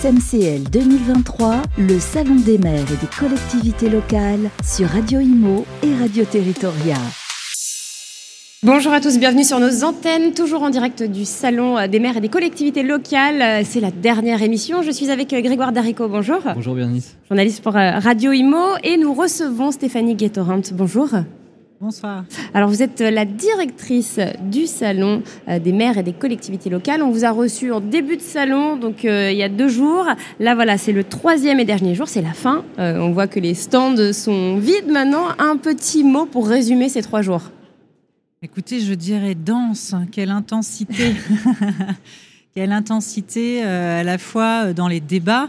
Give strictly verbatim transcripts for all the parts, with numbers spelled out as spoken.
S M C L deux mille vingt-trois, le Salon des maires et des collectivités locales sur Radio Imo et Radio Territoria. Bonjour à tous, bienvenue sur nos antennes, toujours en direct du Salon des maires et des collectivités locales. C'est la dernière émission. Je suis avec Grégoire Darico, bonjour. Bonjour Bérénice. Journaliste pour Radio Imo, et nous recevons Stéphanie Guettorant. Bonjour. Bonsoir. Alors vous êtes la directrice du Salon des maires et des collectivités locales. On vous a reçu en début de salon, donc euh, il y a deux jours. Là voilà, c'est le troisième et dernier jour, c'est la fin. Euh, on voit que les stands sont vides maintenant. Un petit mot pour résumer ces trois jours. Écoutez, je dirais dense, quelle intensité. Quelle intensité euh, à la fois dans les débats.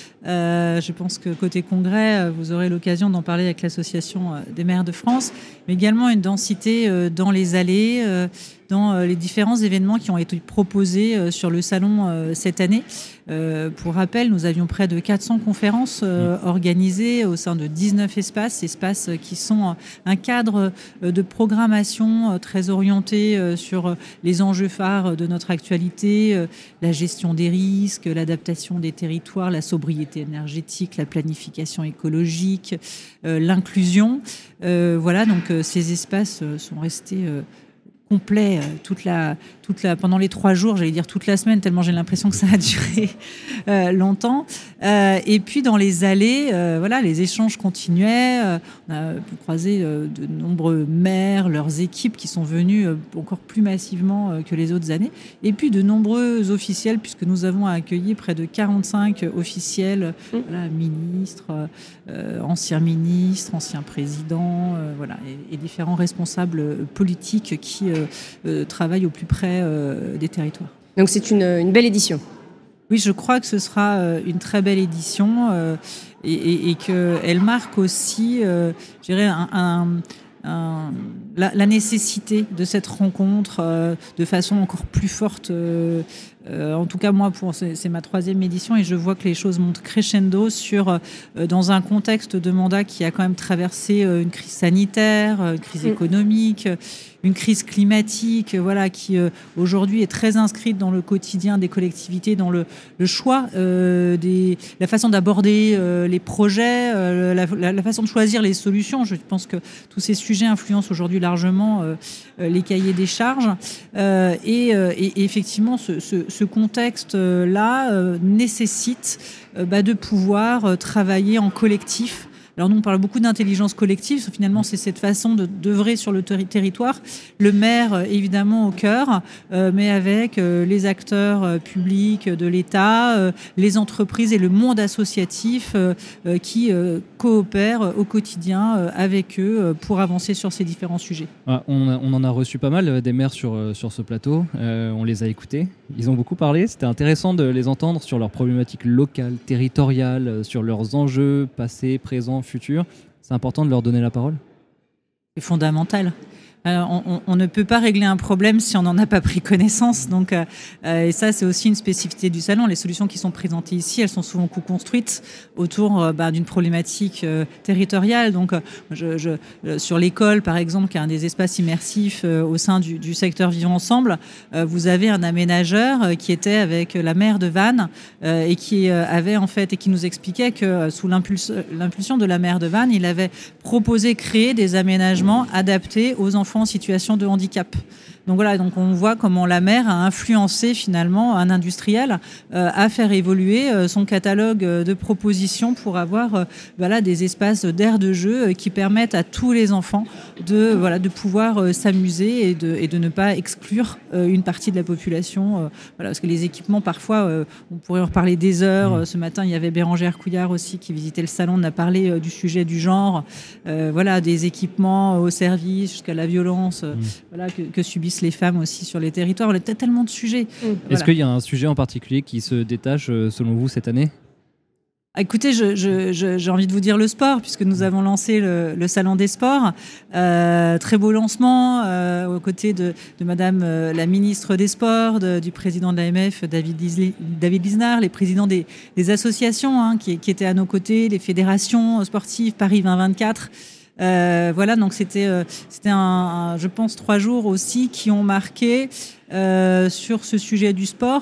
Euh, je pense que côté congrès, vous aurez l'occasion d'en parler avec l'Association des maires de France, mais également une densité euh, dans les allées, euh, dans euh, les différents événements qui ont été proposés euh, sur le salon euh, cette année. Euh, pour rappel, nous avions près de quatre cents conférences euh, organisées au sein de dix-neuf espaces, espaces qui sont un cadre euh, de programmation euh, très orienté euh, sur les enjeux phares de notre actualité, euh, la gestion des risques, l'adaptation des territoires, la sobriété énergétique, la planification écologique, euh, l'inclusion. Euh, voilà, donc euh, ces espaces euh, sont restés euh, complets euh, toute la, toute la, pendant les trois jours, j'allais dire toute la semaine, tellement j'ai l'impression que ça a duré euh, longtemps. Euh, et puis dans les allées, euh, voilà, les échanges continuaient. Euh, on a pu croiser euh, de nombreux maires, leurs équipes qui sont venus euh, encore plus massivement euh, que les autres années. Et puis de nombreux officiels, puisque nous avons accueilli près de quarante-cinq officiels, mmh. voilà, ministres, euh, anciens ministres, anciens présidents, euh, voilà, et, et différents responsables politiques qui euh, euh, travaillent au plus près euh, des territoires. Donc c'est une, une belle édition. Oui, je crois que ce sera une très belle édition euh, et, et, et qu'elle marque aussi, euh, je dirais, un, un, un, la, la nécessité de cette rencontre euh, de façon encore plus forte. Euh, euh, en tout cas, moi, pour, c'est, c'est ma troisième édition et je vois que les choses montent crescendo sur, euh, dans un contexte de mandat qui a quand même traversé euh, une crise sanitaire, une crise économique, une crise climatique, voilà, qui euh, aujourd'hui est très inscrite dans le quotidien des collectivités, dans le, le choix, euh, des, la façon d'aborder euh, les projets, euh, la, la, la façon de choisir les solutions. Je pense que tous ces sujets influencent aujourd'hui largement euh, les cahiers des charges. Euh, et, euh, et, et effectivement, ce, ce, ce contexte-là euh, nécessite euh, bah, de pouvoir euh, travailler en collectif. Alors nous, on parle beaucoup d'intelligence collective. Finalement, c'est cette façon de, d'œuvrer sur le ter- territoire. Le maire, évidemment, au cœur, euh, mais avec euh, les acteurs euh, publics de l'État, euh, les entreprises et le monde associatif euh, euh, qui euh, coopèrent au quotidien euh, avec eux euh, pour avancer sur ces différents sujets. Ah, on, a, on en a reçu pas mal des maires sur, sur ce plateau. Euh, on les a écoutés. Ils ont beaucoup parlé. C'était intéressant de les entendre sur leurs problématiques locales, territoriales, sur leurs enjeux passés, présents, futurs. C'est important de leur donner la parole. C'est fondamental. Euh, on, on ne peut pas régler un problème si on n'en a pas pris connaissance. Donc, euh, et ça, c'est aussi une spécificité du salon. Les solutions qui sont présentées ici, elles sont souvent co-construites autour euh, bah, d'une problématique euh, territoriale. Donc, euh, je, je, euh, sur l'école, par exemple, qui est un des espaces immersifs euh, au sein du, du secteur Vivre Ensemble, euh, vous avez un aménageur euh, qui était avec la maire de Vannes euh, et qui euh, avait en fait et qui nous expliquait que euh, sous l'impuls- l'impulsion de la maire de Vannes, il avait proposé créer des aménagements adaptés aux enfants en situation de handicap. Donc voilà, donc on voit comment la maire a influencé finalement un industriel euh, à faire évoluer euh, son catalogue de propositions pour avoir euh, voilà, des espaces d'aires de jeu euh, qui permettent à tous les enfants de, voilà, de pouvoir euh, s'amuser et de, et de ne pas exclure euh, une partie de la population. Euh, voilà, parce que les équipements, parfois, euh, on pourrait en reparler des heures. Euh, ce matin, il y avait Bérangère Couillard aussi qui visitait le salon. On a parlé euh, du sujet du genre, euh, voilà, des équipements au service jusqu'à la violence euh, mmh. voilà, que, que subissent les femmes aussi sur les territoires. On a tellement de sujets. Mmh. Est-ce voilà. qu'il y a un sujet en particulier qui se détache selon vous cette année ? Écoutez, je, je, je, j'ai envie de vous dire le sport, puisque nous avons lancé le, le Salon des sports. Euh, très beau lancement, euh, aux côtés de, de Madame euh, la ministre des Sports, de, du président de l'A M F, David, Lisli, David Lisnard, les présidents des, des associations hein, qui, qui étaient à nos côtés, les fédérations sportives, Paris vingt vingt-quatre. Euh, voilà, donc c'était, euh, c'était un, un, je pense, trois jours aussi qui ont marqué euh, sur ce sujet du sport.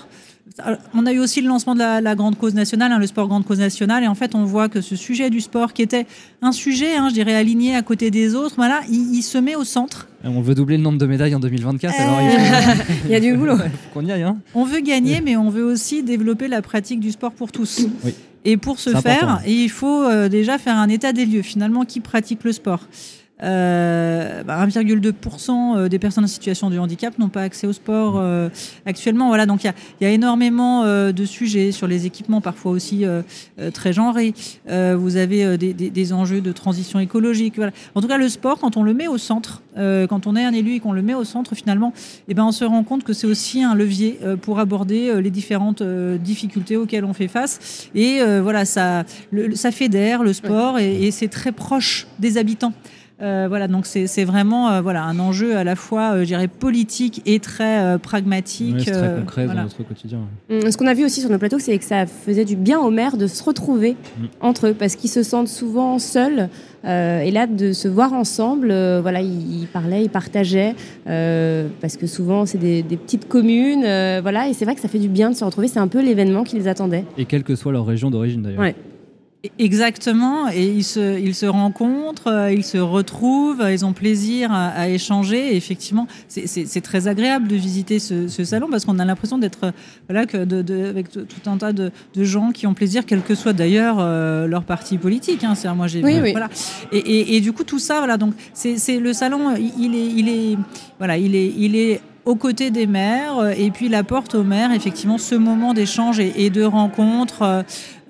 On a eu aussi le lancement de la, la grande cause nationale, hein, le sport grande cause nationale, et en fait on voit que ce sujet du sport qui était un sujet, hein, je dirais aligné à côté des autres, voilà, il, il se met au centre. On veut doubler le nombre de médailles en deux mille vingt-quatre, euh... alors il, faut... il y a du boulot. Faut qu'on y aille. Hein. On veut gagner, mais on veut aussi développer la pratique du sport pour tous. Oui. Et pour ce C'est faire, important. il faut euh, déjà faire un état des lieux, finalement, qui pratique le sport. Euh, bah, un virgule deux pour cent des personnes en situation de handicap n'ont pas accès au sport euh, actuellement. Voilà, donc il y a, y a énormément euh, de sujets sur les équipements, parfois aussi euh, euh, très genrés. Euh, vous avez euh, des, des, des enjeux de transition écologique. Voilà. En tout cas, le sport, quand on le met au centre, euh, quand on est un élu et qu'on le met au centre, finalement, eh ben, on se rend compte que c'est aussi un levier euh, pour aborder euh, les différentes euh, difficultés auxquelles on fait face. Et euh, voilà, ça, le, ça fédère le sport et, et c'est très proche des habitants. Euh, voilà, donc c'est, c'est vraiment euh, voilà, un enjeu à la fois, euh, je dirais, politique et très euh, pragmatique. Ouais, c'est très euh, concret voilà. dans notre quotidien. Ce qu'on a vu aussi sur nos plateaux, c'est que ça faisait du bien aux maires de se retrouver mmh. entre eux, parce qu'ils se sentent souvent seuls. Euh, et là, de se voir ensemble, euh, voilà, ils, ils parlaient, ils partageaient, euh, parce que souvent c'est des, des petites communes, euh, voilà, et c'est vrai que ça fait du bien de se retrouver. C'est un peu l'événement qui les attendait. Et quelle que soit leur région d'origine d'ailleurs. Ouais. Exactement, et ils se, ils se rencontrent, ils se retrouvent, ils ont plaisir à, à échanger. Et effectivement, c'est, c'est, c'est très agréable de visiter ce, ce salon parce qu'on a l'impression d'être voilà, que de, de, avec tout un tas de, de gens qui ont plaisir, quel que soit d'ailleurs euh, leur parti politique. Hein. C'est-à-dire, moi, j'ai oui, vu, oui. Voilà. Et, et, et du coup, tout ça, voilà, donc c'est, c'est le salon, il est, il est, voilà, il est, il est aux côtés des maires, et puis il apporte aux maires effectivement ce moment d'échange et, et de rencontre.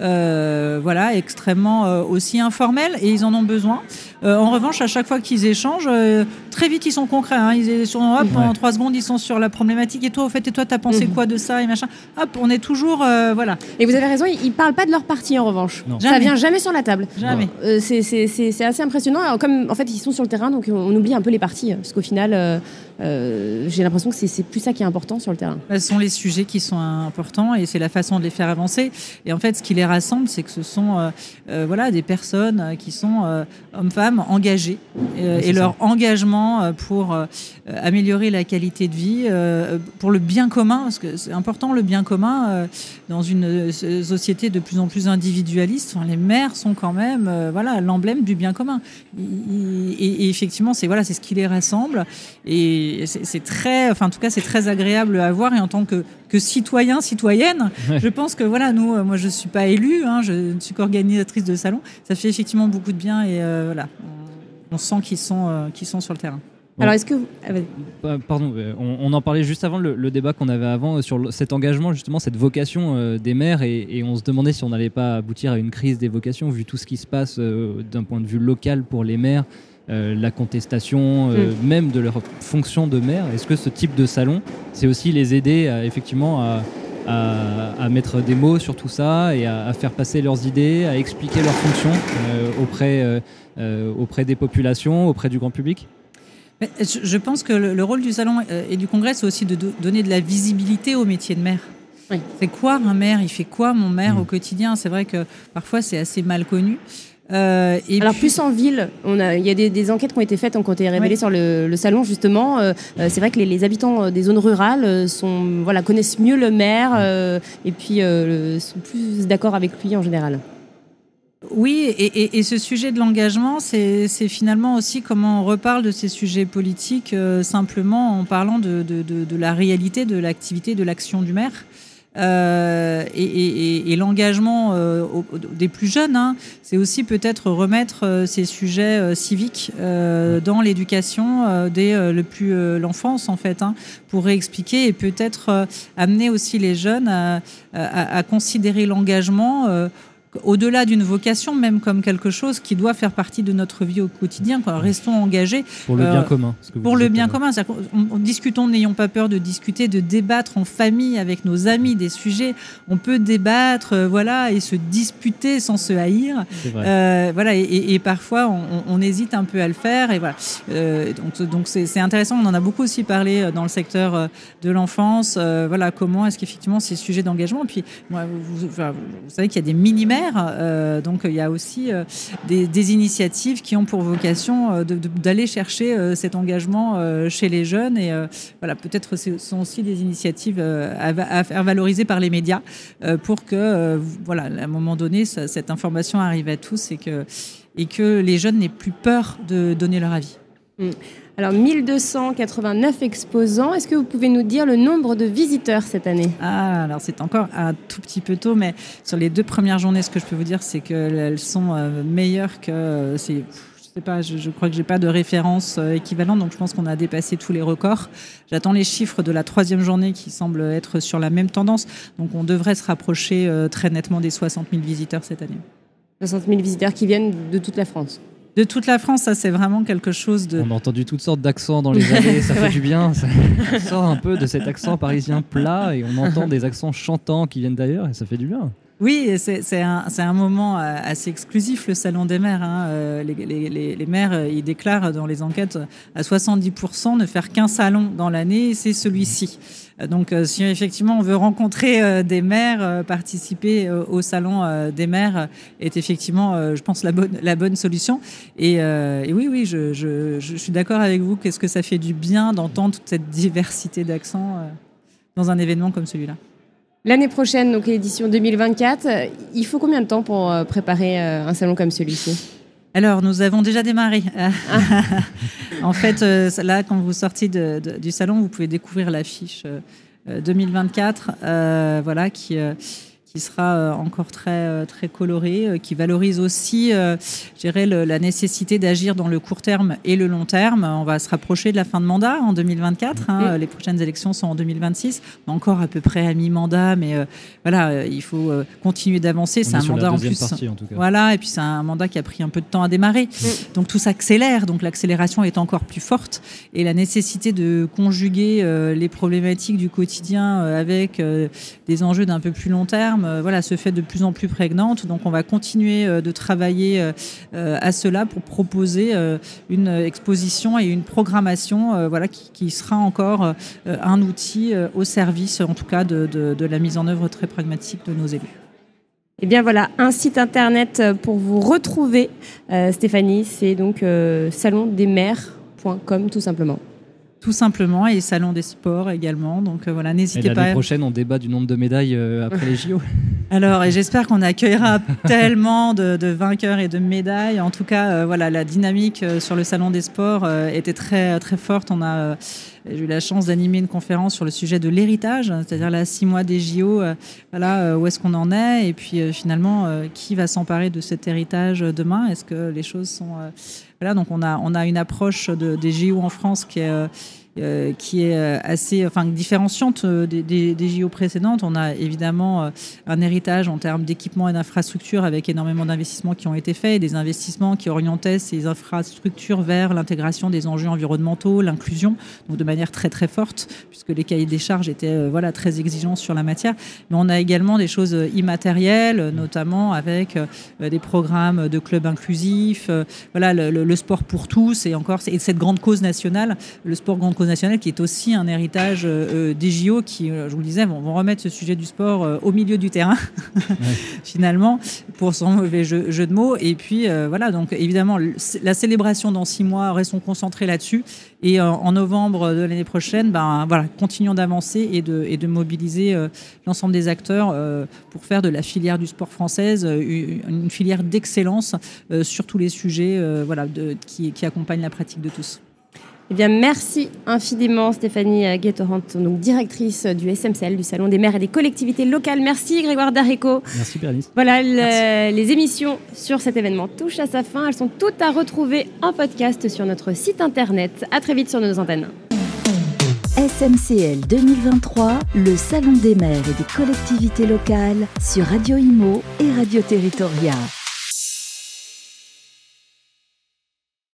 Euh, voilà, extrêmement euh, aussi informel, et ils en ont besoin. Euh, en revanche, à chaque fois qu'ils échangent, euh, très vite ils sont concrets. Hein, ils sont hop, ouais. en trois secondes ils sont sur la problématique. Et toi, au fait, et toi, t'as pensé mmh. quoi de ça et machin. Hop, on est toujours euh, voilà. Et vous avez raison, ils parlent pas de leur parti en revanche. Non. Ça vient jamais sur la table. Jamais. Euh, c'est, c'est, c'est, c'est assez impressionnant. Alors, comme en fait ils sont sur le terrain, donc on, on oublie un peu les partis, parce qu'au final, euh, euh, j'ai l'impression que c'est, c'est plus ça qui est important sur le terrain. Ce sont les sujets qui sont importants et c'est la façon de les faire avancer. Et en fait, ce qui les rassemble, c'est que ce sont euh, euh, voilà, des personnes qui sont euh, hommes-femmes engagées euh, ouais, et leur ça. engagement pour euh, améliorer la qualité de vie, euh, pour le bien commun, parce que c'est important le bien commun euh, dans une société de plus en plus individualiste. Enfin, les maires sont quand même euh, voilà, l'emblème du bien commun. Et, et, et effectivement, c'est, voilà, c'est ce qui les rassemble et c'est, c'est très, enfin, en tout cas, c'est très agréable à voir. Et en tant que, que citoyen, citoyenne, ouais. je pense que voilà, nous, moi, je ne suis pas élue, hein, je ne suis qu'organisatrice de salon. Ça fait effectivement beaucoup de bien et euh, voilà, on, on sent qu'ils sont, euh, qu'ils sont sur le terrain. Bon. Alors, est-ce que vous... ah, pardon, on, on en parlait juste avant le, le débat qu'on avait avant sur le, cet engagement, justement, cette vocation euh, des maires, et, et on se demandait si on n'allait pas aboutir à une crise des vocations, vu tout ce qui se passe euh, d'un point de vue local pour les maires, euh, la contestation, euh, mm. même de leur fonction de maire. Est-ce que ce type de salon, c'est aussi les aider à, effectivement à, à, à mettre des mots sur tout ça et à, à faire passer leurs idées, à expliquer leurs fonctions euh, auprès, euh, euh, auprès des populations, auprès du grand public ? Je pense que le rôle du salon et du congrès, c'est aussi de donner de la visibilité au métier de maire. Oui. C'est quoi un maire ? Il fait quoi mon maire mmh. au quotidien ? C'est vrai que parfois c'est assez mal connu. Euh, et Alors puis... plus en ville, on a, il y a des, des enquêtes qui ont été faites, qui ont été révélées ouais. sur le, le salon justement. Euh, c'est vrai que les, les habitants des zones rurales sont, voilà, connaissent mieux le maire euh, et puis euh, sont plus d'accord avec lui en général. Oui, et, et, et ce sujet de l'engagement, c'est, c'est finalement aussi comment on reparle de ces sujets politiques euh, simplement en parlant de, de, de, de la réalité de l'activité, de l'action du maire. Euh, et, et, et l'engagement euh, au, des plus jeunes, hein, c'est aussi peut-être remettre euh, ces sujets euh, civiques euh, dans l'éducation euh, dès euh, le plus euh, l'enfance en fait, hein, pour réexpliquer et peut-être euh, amener aussi les jeunes à, à, à considérer l'engagement euh, au-delà d'une vocation, même comme quelque chose qui doit faire partie de notre vie au quotidien. Quoi. Restons engagés. Pour le bien euh, commun. Ce que vous pour le bien commun. On, on, discutons, n'ayons pas peur de discuter, de débattre en famille avec nos amis des sujets. On peut débattre, euh, voilà, et se disputer sans se haïr. C'est vrai. Euh, voilà, et, et, et parfois, on, on hésite un peu à le faire. Et voilà. Euh, donc, donc c'est, c'est intéressant. On en a beaucoup aussi parlé dans le secteur de l'enfance. Euh, voilà, comment est-ce qu'effectivement ces sujets d'engagement. Puis, moi, vous, vous, vous savez qu'il y a des mini-maires. maires. Euh, donc il y a aussi euh, des, des initiatives qui ont pour vocation euh, de, de, d'aller chercher euh, cet engagement euh, chez les jeunes. Et euh, voilà, peut-être ce sont aussi des initiatives euh, à, à faire valoriser par les médias euh, pour que, euh, voilà, à un moment donné, ça, cette information arrive à tous et que, et que les jeunes n'aient plus peur de donner leur avis. Mmh. Alors, mille deux cent quatre-vingt-neuf exposants. Est-ce que vous pouvez nous dire le nombre de visiteurs cette année ? Ah, alors c'est encore un tout petit peu tôt, mais sur les deux premières journées, ce que je peux vous dire, c'est qu'elles sont euh, meilleures que... Euh, c'est, je sais pas, je, je crois que j'ai pas de référence euh, équivalente, donc je pense qu'on a dépassé tous les records. J'attends les chiffres de la troisième journée qui semblent être sur la même tendance, donc on devrait se rapprocher euh, très nettement des soixante mille visiteurs cette année. soixante mille visiteurs qui viennent de toute la France. De toute la France, ça c'est vraiment quelque chose de... On a entendu toutes sortes d'accents dans les allées, ça fait du bien. Ça sort un peu de cet accent parisien plat et on entend des accents chantants qui viennent d'ailleurs et ça fait du bien. Oui, c'est, c'est, un, c'est un moment assez exclusif, le Salon des maires. Hein. Les, les, les maires, ils déclarent dans les enquêtes à soixante-dix pour cent ne faire qu'un salon dans l'année, c'est celui-ci. Donc, si effectivement on veut rencontrer des maires, participer au Salon des maires est effectivement, je pense, la bonne, la bonne solution. Et, et oui, oui, je, je, je suis d'accord avec vous. Qu'est-ce que ça fait du bien d'entendre toute cette diversité d'accents dans un événement comme celui-là. L'année prochaine, donc l'édition deux mille vingt-quatre, il faut combien de temps pour préparer un salon comme celui-ci ? Alors, nous avons déjà démarré. Ah. En fait, là, quand vous sortez de, de, du salon, vous pouvez découvrir l'affiche deux mille vingt-quatre, euh, voilà, qui... Euh, qui sera encore très, très coloré, qui valorise aussi, euh, je dirais, le, la nécessité d'agir dans le court terme et le long terme. On va se rapprocher de la fin de mandat en deux mille vingt-quatre. Hein, mmh. Les prochaines élections sont en deux mille vingt-six. Encore à peu près à mi-mandat, mais euh, voilà, euh, il faut euh, continuer d'avancer. On c'est un mandat en plus. Partie, en tout cas. Voilà, et puis c'est un mandat qui a pris un peu de temps à démarrer. Mmh. Donc tout s'accélère. Donc l'accélération est encore plus forte. Et la nécessité de conjuguer euh, les problématiques du quotidien euh, avec euh, des enjeux d'un peu plus long terme, voilà, se fait de plus en plus prégnante. Donc, on va continuer de travailler à cela pour proposer une exposition et une programmation, voilà, qui, qui sera encore un outil au service, en tout cas, de, de, de la mise en œuvre très pragmatique de nos élus. Eh bien voilà, un site internet pour vous retrouver, euh, Stéphanie, c'est donc euh, salon des maires point com tout simplement. Tout simplement, et Salon des sports également. Donc euh, voilà, n'hésitez et pas. L'année prochaine, on débat du nombre de médailles euh, après les J O. Alors, et j'espère qu'on accueillera tellement de, de vainqueurs et de médailles. En tout cas, euh, voilà, la dynamique euh, sur le Salon des sports euh, était très, très forte. On a, euh, j'ai eu la chance d'animer une conférence sur le sujet de l'héritage, c'est-à-dire là, six mois des J O, euh, voilà, euh, où est-ce qu'on en est, et puis euh, finalement, euh, qui va s'emparer de cet héritage demain ? Est-ce que les choses sont... Euh, voilà, donc on a, on a une approche de, des J O en France qui est... Euh, Euh, qui est assez, enfin, différenciante des, des, des J O précédentes. On a évidemment euh, un héritage en termes d'équipement et d'infrastructures avec énormément d'investissements qui ont été faits, et des investissements qui orientaient ces infrastructures vers l'intégration des enjeux environnementaux, l'inclusion, donc de manière très très forte, puisque les cahiers des charges étaient euh, voilà, très exigeants sur la matière. Mais on a également des choses immatérielles, notamment avec euh, des programmes de clubs inclusifs, euh, voilà, le, le, le sport pour tous, et encore et cette grande cause nationale, le sport grande cause nationale, qui est aussi un héritage euh, des J O qui, euh, je vous le disais, vont, vont remettre ce sujet du sport euh, au milieu du terrain, ouais. Finalement, pour son mauvais jeu, jeu de mots. Et puis, euh, voilà, donc évidemment, la célébration dans six mois, restons concentrés là-dessus. Et euh, en novembre de l'année prochaine, ben, voilà, continuons d'avancer et de, et de mobiliser euh, l'ensemble des acteurs euh, pour faire de la filière du sport française euh, une filière d'excellence euh, sur tous les sujets euh, voilà, de, qui, qui accompagnent la pratique de tous. Eh bien, merci infiniment Stéphanie Guettorant, donc directrice du S M C L, du Salon des maires et des collectivités locales. Merci Grégoire Daréco. Merci Bérénice. Voilà, le, les émissions sur cet événement touchent à sa fin. Elles sont toutes à retrouver en podcast sur notre site internet. À très vite sur nos antennes. S M C L deux mille vingt-trois, le Salon des maires et des collectivités locales sur Radio Imo et Radio Territoria.